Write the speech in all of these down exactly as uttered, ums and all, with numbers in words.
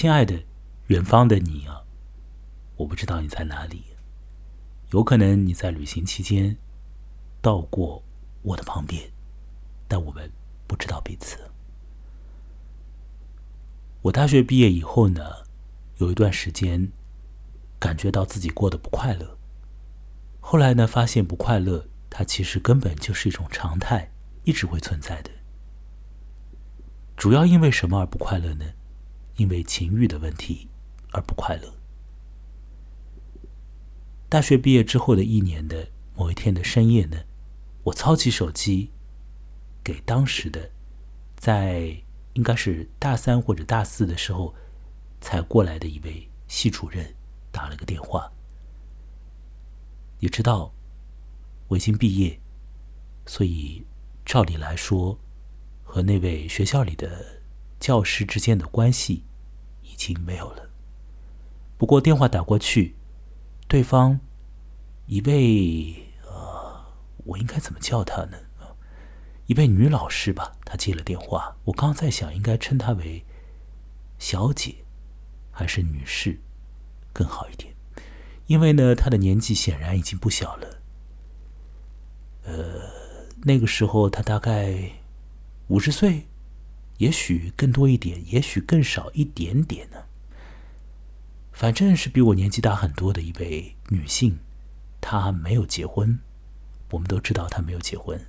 亲爱的，远方的你啊，我不知道你在哪里，有可能你在旅行期间到过我的旁边，但我们不知道彼此。我大学毕业以后呢，有一段时间感觉到自己过得不快乐，后来呢，发现不快乐它其实根本就是一种常态，一直会存在的。主要因为什么而不快乐呢？因为情欲的问题而不快乐。大学毕业之后的一年的某一天的深夜呢，我操起手机给当时的在应该是大三或者大四的时候才过来的一位系主任打了个电话。也知道我已经毕业，所以照理来说和那位学校里的教师之间的关系已经没有了。不过电话打过去，对方一位呃，我应该怎么叫她呢？一位女老师吧，她接了电话。我刚刚在想，应该称她为小姐还是女士更好一点，因为呢，她的年纪显然已经不小了。呃，那个时候她大概五十岁，也许更多一点，也许更少一点点呢。反正是比我年纪大很多的一位女性，她没有结婚，我们都知道她没有结婚。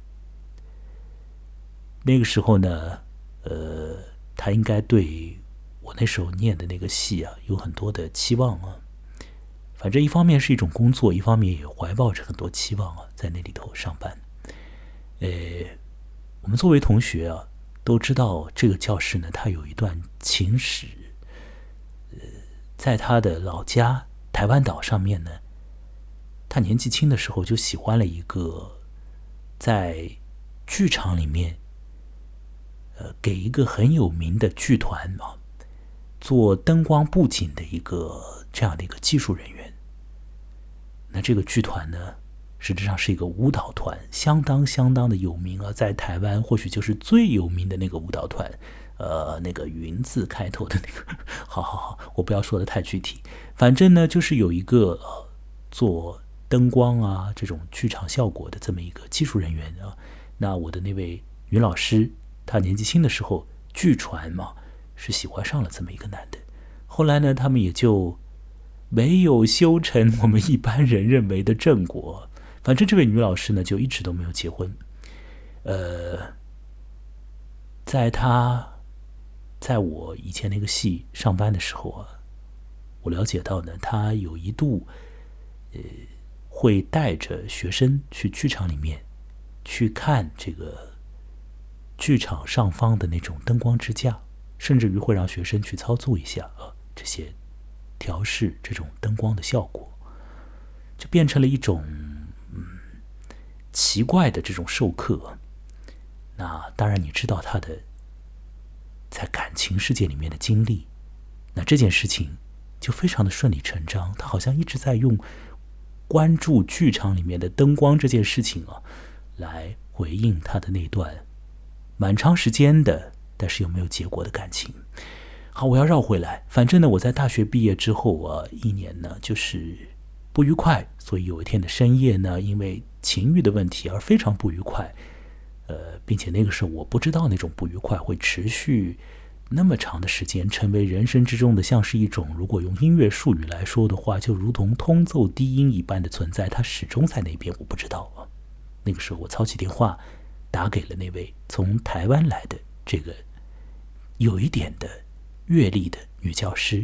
那个时候呢，呃，她应该对我那时候念的那个戏啊有很多的期望啊。反正一方面是一种工作，一方面也怀抱着很多期望啊，在那里头上班。呃，我们作为同学啊，都知道这个教师呢，他有一段情史。呃，在他的老家台湾岛上面呢，他年纪轻的时候就喜欢了一个在剧场里面，呃，给一个很有名的剧团啊做灯光布景的一个这样的一个技术人员。那这个剧团呢，实质上是一个舞蹈团，相当相当的有名啊，在台湾或许就是最有名的那个舞蹈团，呃，那个云字开头的那个，好好好，我不要说的太具体，反正呢，就是有一个、呃、做灯光啊这种剧场效果的这么一个技术人员啊。那我的那位女老师，她年纪轻的时候，据传嘛，是喜欢上了这么一个男的。后来呢，他们也就没有修成我们一般人认为的正果。反正这位女老师呢，就一直都没有结婚。呃，在她在我以前那个系上班的时候啊，我了解到呢，她有一度呃会带着学生去剧场里面去看这个剧场上方的那种灯光支架，甚至于会让学生去操作一下啊这些调试这种灯光的效果，就变成了一种嗯奇怪的这种授课。那当然你知道他的在感情世界里面的经历，那这件事情就非常的顺理成章。他好像一直在用关注剧场里面的灯光这件事情啊，来回应他的那段蛮长时间的但是又没有结果的感情。好，我要绕回来。反正呢，我在大学毕业之后啊，一年呢就是不愉快，所以有一天的深夜呢，因为情欲的问题而非常不愉快。呃，并且那个时候我不知道那种不愉快会持续那么长的时间，成为人生之中的像是一种，如果用音乐术语来说的话，就如同通奏低音一般的存在，它始终在那边，我不知道啊。那个时候我操起电话打给了那位从台湾来的这个有一点的阅历的女教师。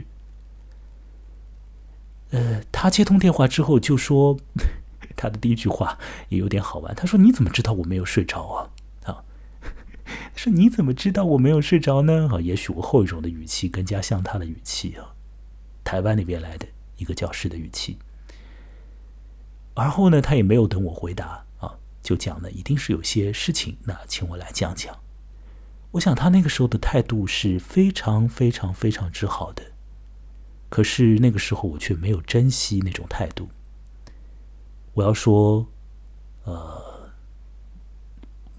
呃，她接通电话之后就说，她的第一句话也有点好玩，她说：“你怎么知道我没有睡着啊？”啊，说你怎么知道我没有睡着呢？啊，也许我后一种的语气更加像她的语气啊，台湾那边来的一个教师的语气。而后呢，她也没有等我回答啊，就讲呢，一定是有些事情，那请我来讲讲。我想他那个时候的态度是非常非常非常之好的，可是那个时候我却没有珍惜那种态度。我要说，呃，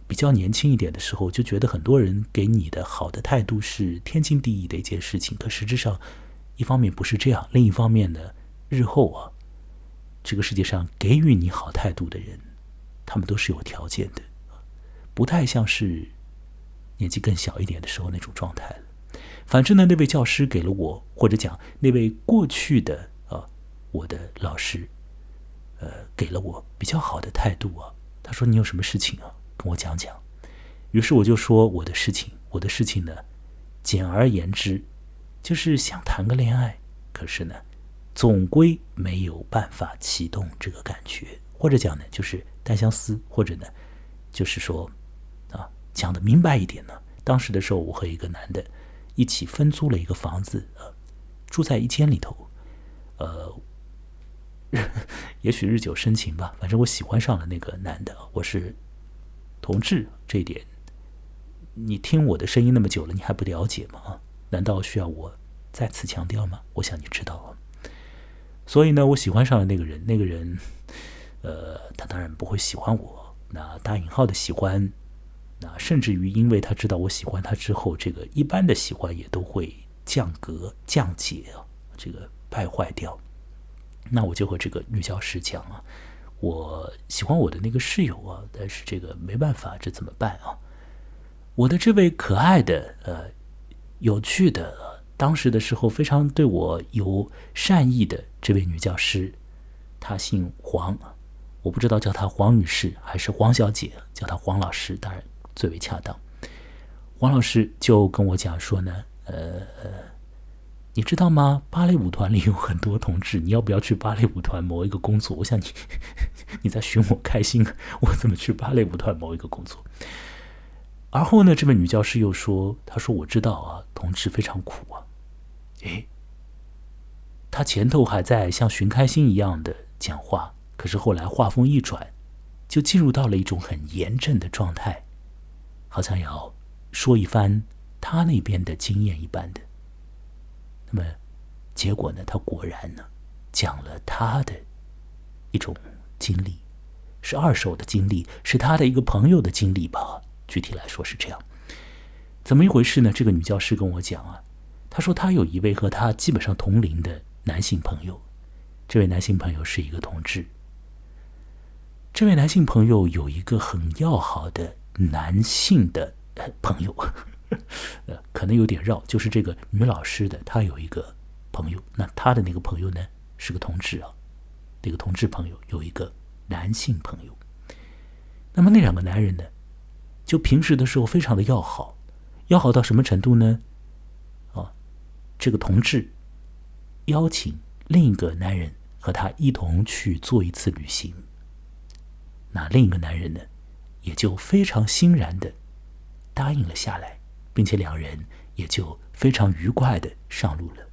比较年轻一点的时候，就觉得很多人给你的好的态度是天经地义的一件事情，可实质上一方面不是这样，另一方面呢，日后啊，这个世界上给予你好态度的人，他们都是有条件的，不太像是年纪更小一点的时候那种状态了。反正呢，那位教师给了我，或者讲那位过去的啊，我的老师，呃，给了我比较好的态度啊。他说：“你有什么事情啊，跟我讲讲。”于是我就说我的事情，我的事情呢，简而言之，就是想谈个恋爱，可是呢，总归没有办法启动这个感觉，或者讲呢，就是单相思，或者呢，就是说，啊，讲的明白一点呢，当时的时候，我和一个男的一起分租了一个房子，呃，住在一间里头，呃。也许日久生情吧，反正我喜欢上了那个男的，我是同志，这一点你听我的声音那么久了，你还不了解吗？难道需要我再次强调吗？我想你知道啊。所以呢，我喜欢上了那个人，那个人，呃，他当然不会喜欢我，那打引号的喜欢，那甚至于因为他知道我喜欢他之后，这个一般的喜欢也都会降格、降解啊，这个败坏掉。那我就和这个女教师讲啊，我喜欢我的那个室友啊，但是这个没办法，这怎么办啊？我的这位可爱的、呃，有趣的、呃，当时的时候非常对我有善意的这位女教师，她姓黄，我不知道叫她黄女士还是黄小姐，叫她黄老师当然最为恰当。黄老师就跟我讲说呢，呃。你知道吗？芭蕾舞团里有很多同志，你要不要去芭蕾舞团谋一个工作？我想你你在寻我开心，我怎么去芭蕾舞团谋一个工作？而后呢，这位女教师又说，她说我知道啊，同志非常苦啊。诶，她前头还在像寻开心一样的讲话，可是后来话锋一转，就进入到了一种很严正的状态，好像要说一番她那边的经验一般的。那么结果呢，他果然呢讲了他的一种经历，是二手的经历，是他的一个朋友的经历吧，具体来说是这样。怎么一回事呢？这个女教师跟我讲啊，她说她有一位和她基本上同龄的男性朋友，这位男性朋友是一个同志，这位男性朋友有一个很要好的男性的朋友，呃，可能有点绕，就是这个女老师的，她有一个朋友，那她的那个朋友呢是个同志啊，那个同志朋友有一个男性朋友，那么那两个男人呢，就平时的时候非常的要好，要好到什么程度呢？啊，这个同志邀请另一个男人和他一同去做一次旅行，那另一个男人呢，也就非常欣然的答应了下来。并且两人也就非常愉快的上路了。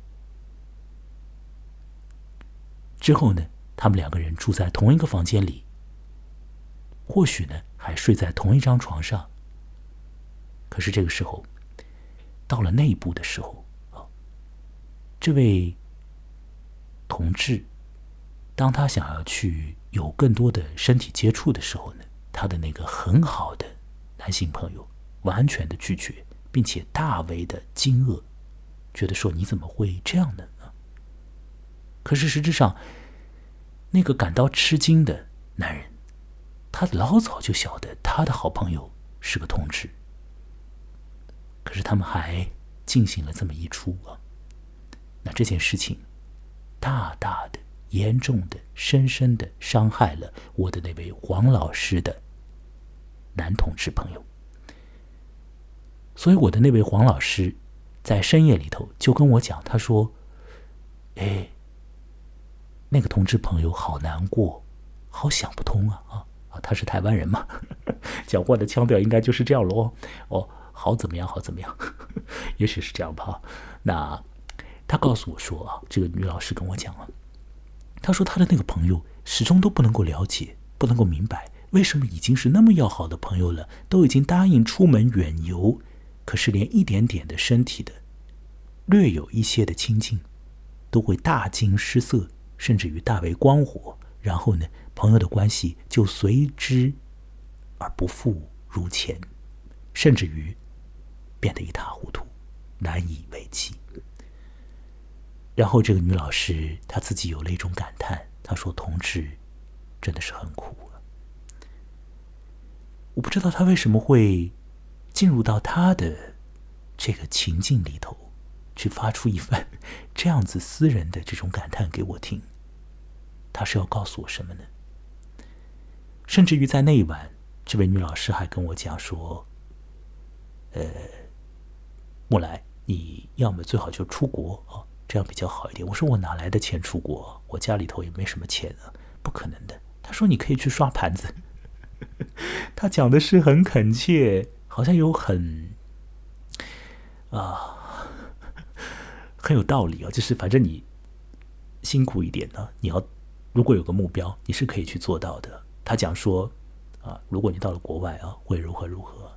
之后呢，他们两个人住在同一个房间里，或许呢还睡在同一张床上。可是这个时候，到了那一步的时候啊，这位同志，当他想要去有更多的身体接触的时候呢，他的那个很好的男性朋友完全的拒绝。并且大为的惊愕，觉得说你怎么会这样呢？可是实质上，那个感到吃惊的男人，他老早就晓得他的好朋友是个同志，可是他们还进行了这么一出啊。那这件事情，大大的、严重的、深深的伤害了我的那位黄老师的男同志朋友。所以我的那位黄老师在深夜里头就跟我讲，他说哎，那个同志朋友好难过，好想不通啊啊啊！他是台湾人嘛，讲话的腔调应该就是这样咯。哦，好怎么样好怎么样，也许是这样吧。那他告诉我说啊，这个女老师跟我讲啊，他说他的那个朋友始终都不能够了解，不能够明白为什么已经是那么要好的朋友了，都已经答应出门远游，可是连一点点的身体的略有一些的亲近都会大惊失色，甚至于大为光火，然后呢，朋友的关系就随之而不复如前，甚至于变得一塌糊涂，难以为继。然后这个女老师她自己有了一种感叹，她说同志真的是很苦啊。我不知道她为什么会进入到她的这个情境里头，去发出一番这样子私人的这种感叹给我听。她是要告诉我什么呢？甚至于在那一晚，这位女老师还跟我讲说，呃，莫来，你要么最好就出国啊，这样比较好一点。我说我哪来的钱出国？我家里头也没什么钱啊，不可能的。他说你可以去刷盘子。他讲的是很恳切，好像有很啊很有道理啊，就是反正你辛苦一点呢，你要如果有个目标，你是可以去做到的。他讲说啊，如果你到了国外啊，会如何如何。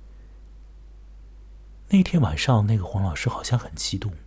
那天晚上，那个黄老师好像很激动。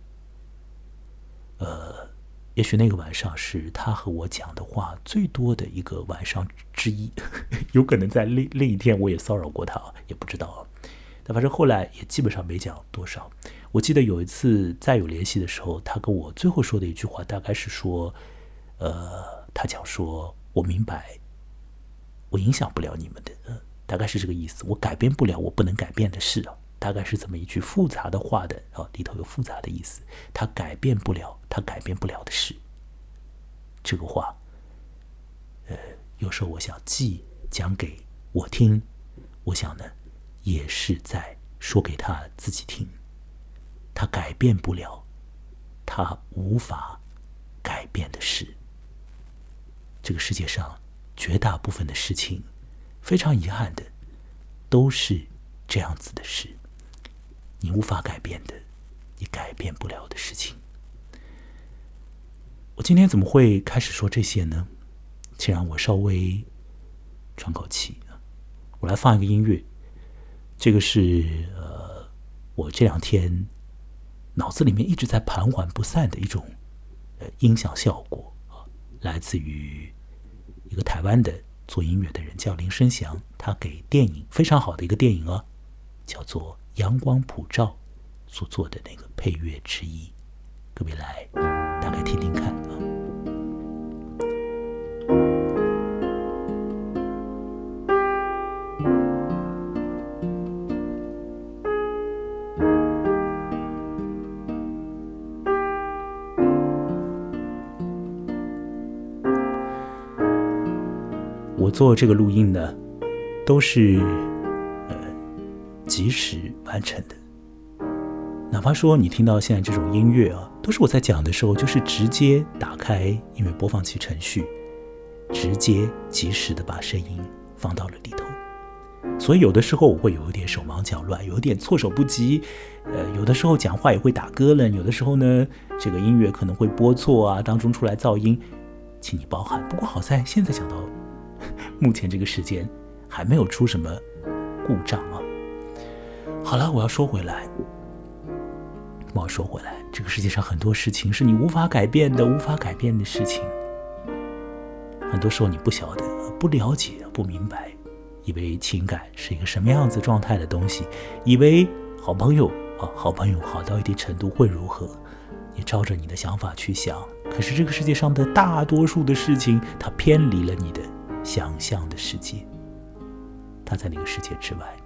呃，也许那个晚上是他和我讲的话最多的一个晚上之一，有可能在另另一天我也骚扰过他，也不知道啊。但反正后来也基本上没讲多少。我记得有一次再有联系的时候，他跟我最后说的一句话大概是说，呃，他讲说，我明白，我影响不了你们的，呃、大概是这个意思。我改变不了我不能改变的事啊。大概是这么一句复杂的话的啊，里头有复杂的意思。他改变不了他改变不了的事。这个话，呃，有时候我想既讲给我听，我想呢，也是在说给他自己听。他改变不了他无法改变的事。这个世界上绝大部分的事情，非常遗憾的，都是这样子的事。你无法改变的，你改变不了的事情。我今天怎么会开始说这些呢？请让我稍微喘口气。我来放一个音乐，这个是呃，我这两天脑子里面一直在盘桓不散的一种呃音响效果啊，来自于一个台湾的做音乐的人，叫林生祥，他给电影非常好的一个电影啊，叫做《阳光普照》所做的那个配乐之一，各位来大概听听看啊。我做这个录音呢，都是呃及时完成的。哪怕说你听到现在这种音乐啊，都是我在讲的时候，就是直接打开音乐播放器程序，直接及时的把声音放到了里头。所以有的时候我会有一点手忙脚乱，有一点措手不及，呃，有的时候讲话也会打咯楞，有的时候呢，这个音乐可能会播错啊，当中出来噪音，请你包涵。不过好在现在讲到目前这个时间还没有出什么故障啊。好了，我要说回来，我要说回来，这个世界上很多事情是你无法改变的，无法改变的事情。很多时候你不晓得、不了解、不明白，以为情感是一个什么样子状态的东西，以为好朋友啊，好朋友好到一定程度会如何？你照着你的想法去想，可是这个世界上的大多数的事情，它偏离了你的想象的世界，它在那个世界之外。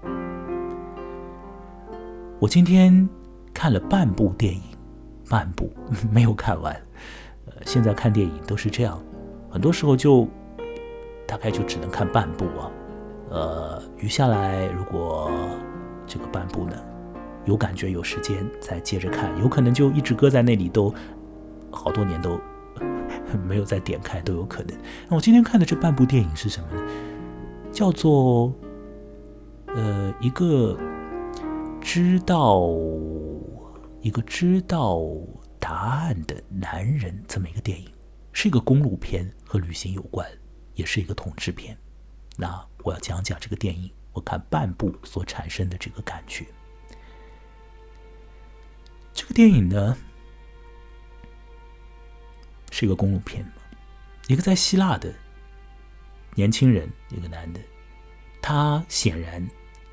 我今天看了半部电影，半部没有看完。呃，现在看电影都是这样，很多时候就大概就只能看半部啊。呃，余下来如果这个半部呢有感觉有时间再接着看，有可能就一直搁在那里，都好多年都没有再点开都有可能。那我今天看的这半部电影是什么呢？叫做呃一个知道一个知道答案的男人这么一个电影，是一个公路片，和旅行有关，也是一个统治片。那我要讲讲这个电影我看半部所产生的这个感觉。这个电影呢是一个公路片，一个在希腊的年轻人，一个男的，他显然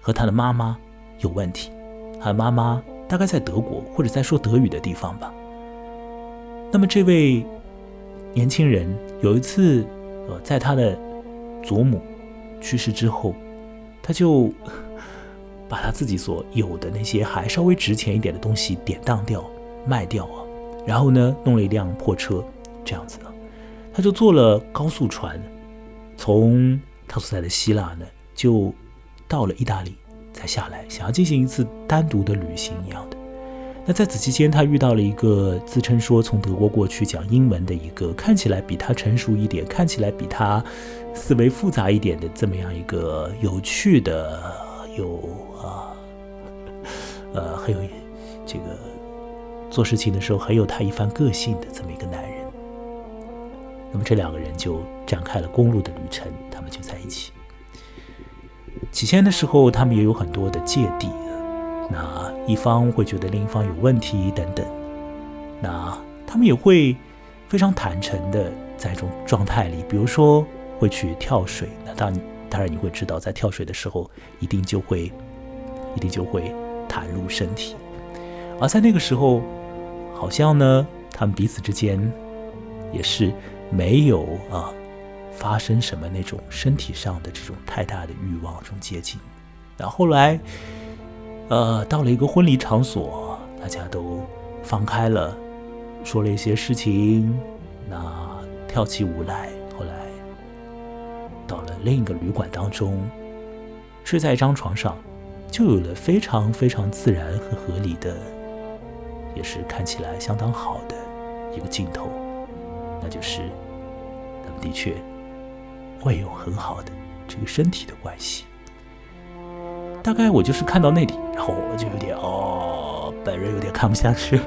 和他的妈妈有问题，他的妈妈大概在德国或者在说德语的地方吧。那么这位年轻人有一次，呃，在他的祖母去世之后，他就把他自己所有的那些还稍微值钱一点的东西典当掉、卖掉啊，然后呢，弄了一辆破车，这样子啊，他就坐了高速船，从他所在的希腊呢，就到了意大利，才下来，想要进行一次单独的旅行一样的。那在此期间，他遇到了一个自称说从德国过去讲英文的一个看起来比他成熟一点，看起来比他思维复杂一点的这么样一个有趣的、有啊呃很有这个做事情的时候很有他一番个性的这么一个男人。那么这两个人就展开了公路的旅程，他们就在一起。起先的时候，他们也有很多的芥蒂。那一方会觉得另一方有问题等等，那他们也会非常坦诚的在这种状态里，比如说会去跳水。那当然，当然你会知道，在跳水的时候，一定就会，一定就会袒露身体。而在那个时候，好像呢，他们彼此之间也是没有啊发生什么那种身体上的这种太大的欲望这种接近。然后后来。呃，到了一个婚礼场所，大家都放开了，说了一些事情，那跳起舞来。后来到了另一个旅馆当中，睡在一张床上，就有了非常非常自然和合理的，也是看起来相当好的一个镜头，那就是他们的确会有很好的这个身体的关系。大概我就是看到那里，然后我就有点哦，本人有点看不下去了。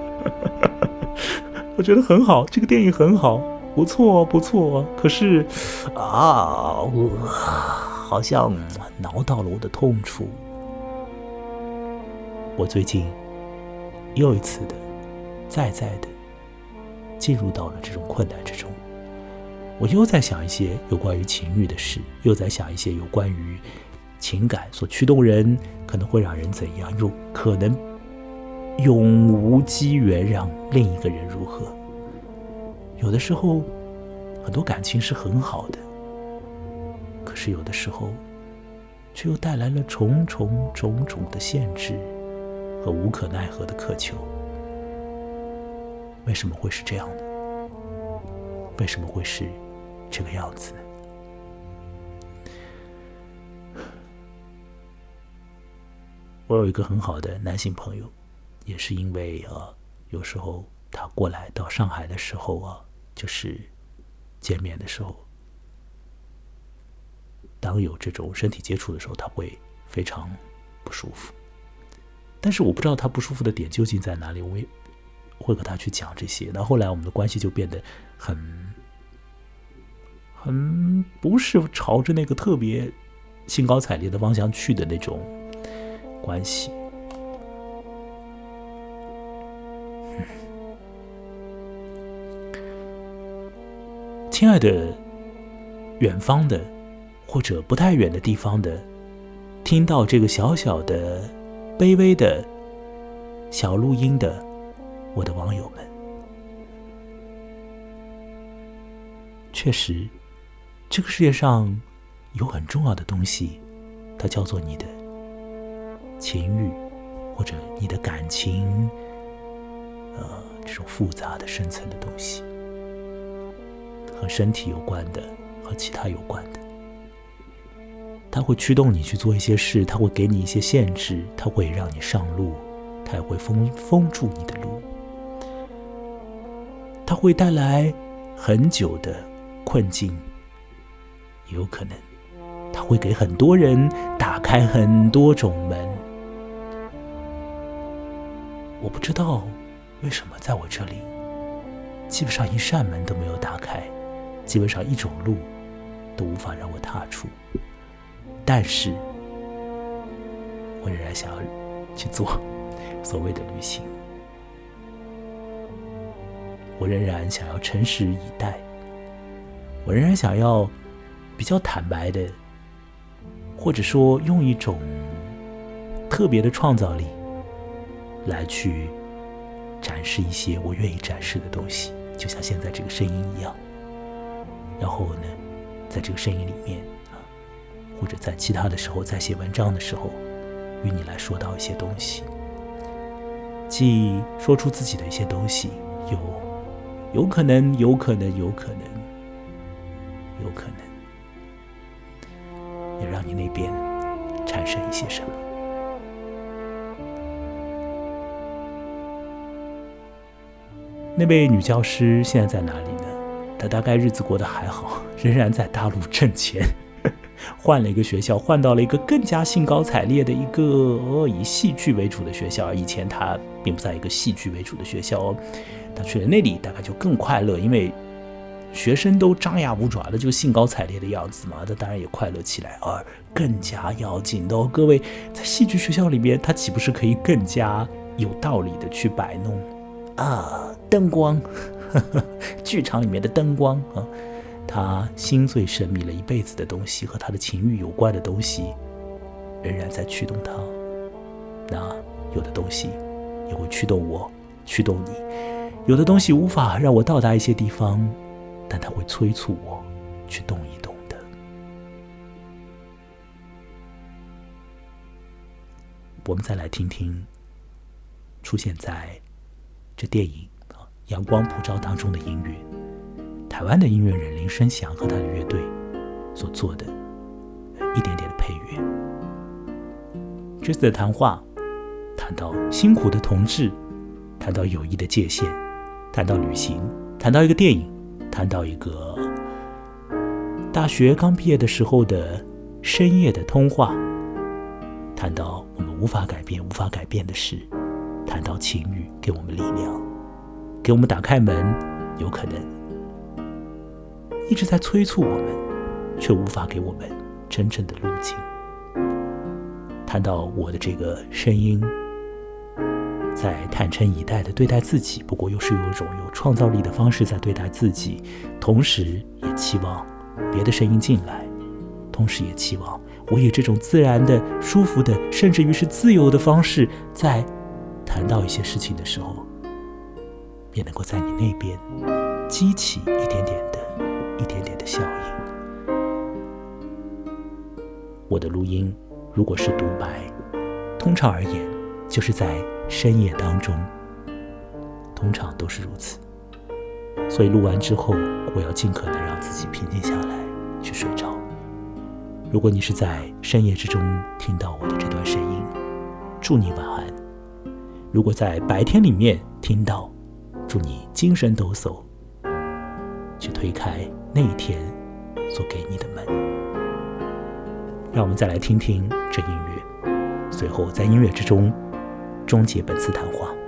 我觉得很好，这个电影很好，不错不错。可是啊，我好像挠到了我的痛处。我最近又一次的、再再的进入到了这种困难之中。我又在想一些有关于情欲的事，又在想一些有关于情感所驱动人，可能会让人怎样，又可能永无机缘让另一个人如何。有的时候很多感情是很好的，可是有的时候却又带来了重重种种的限制和无可奈何的渴求。为什么会是这样呢？为什么会是这个样子呢？我有一个很好的男性朋友，也是因为呃，有时候他过来到上海的时候啊，就是见面的时候，当有这种身体接触的时候，他会非常不舒服。但是我不知道他不舒服的点究竟在哪里，我也会和他去讲这些。然后后来我们的关系就变得很很不是朝着那个特别兴高采烈的方向去的那种关系。嗯、亲爱的远方的或者不太远的地方的，听到这个小小的卑微的小录音的我的网友们，确实这个世界上有很重要的东西，它叫做你的情欲，或者你的感情，呃，这种复杂的深层的东西，和身体有关的，和其他有关的，它会驱动你去做一些事，它会给你一些限制，它会让你上路，它也会封封住你的路，它会带来很久的困境，也有可能它会给很多人打开很多种门。我不知道为什么在我这里基本上一扇门都没有打开，基本上一种路都无法让我踏出，但是我仍然想要去做所谓的旅行，我仍然想要诚实以待，我仍然想要比较坦白的，或者说用一种特别的创造力来去展示一些我愿意展示的东西，就像现在这个声音一样。然后呢，在这个声音里面啊，或者在其他的时候，在写文章的时候，与你来说到一些东西，既说出自己的一些东西，有有可能，有可能，有可能，有可能，也让你那边产生一些什么。那位女教师现在在哪里呢？她大概日子过得还好，仍然在大陆挣钱，换了一个学校，换到了一个更加兴高采烈的一个、哦、以戏剧为主的学校。以前她并不在一个戏剧为主的学校，她去了那里大概就更快乐，因为学生都张牙舞爪的，就兴高采烈的样子嘛，她当然也快乐起来。而更加要紧的、哦、各位，在戏剧学校里面，她岂不是可以更加有道理的去摆弄啊？灯光，呵呵，剧场里面的灯光啊，他心醉神迷了一辈子的东西，和他的情欲有关的东西，仍然在驱动他。那有的东西也会驱动我，驱动你；有的东西无法让我到达一些地方，但它会催促我去动一动的。我们再来听听出现在这电影阳光普照当中的音乐，台湾的音乐人林生祥和他的乐队所做的一点点的配乐。这次的谈话谈到辛苦的同志，谈到友谊的界限，谈到旅行，谈到一个电影，谈到一个大学刚毕业的时候的深夜的通话，谈到我们无法改变无法改变的事，谈到情欲给我们力量，给我们打开门，有可能一直在催促我们，却无法给我们真正的路径。谈到我的这个声音在坦诚以待的对待自己，不过又是有一种有创造力的方式在对待自己，同时也期望别的声音进来，同时也期望我以这种自然的舒服的甚至于是自由的方式，在谈到一些事情的时候，也能够在你那边激起一点点的一点点的效应。我的录音如果是独白，通常而言就是在深夜当中，通常都是如此。所以录完之后，我要尽可能让自己平静下来，去睡着。如果你是在深夜之中听到我的这段声音，祝你晚安。如果在白天里面听到，祝你精神抖擞，去推开那一天所给你的门。让我们再来听听这音乐，随后在音乐之中终结本次谈话。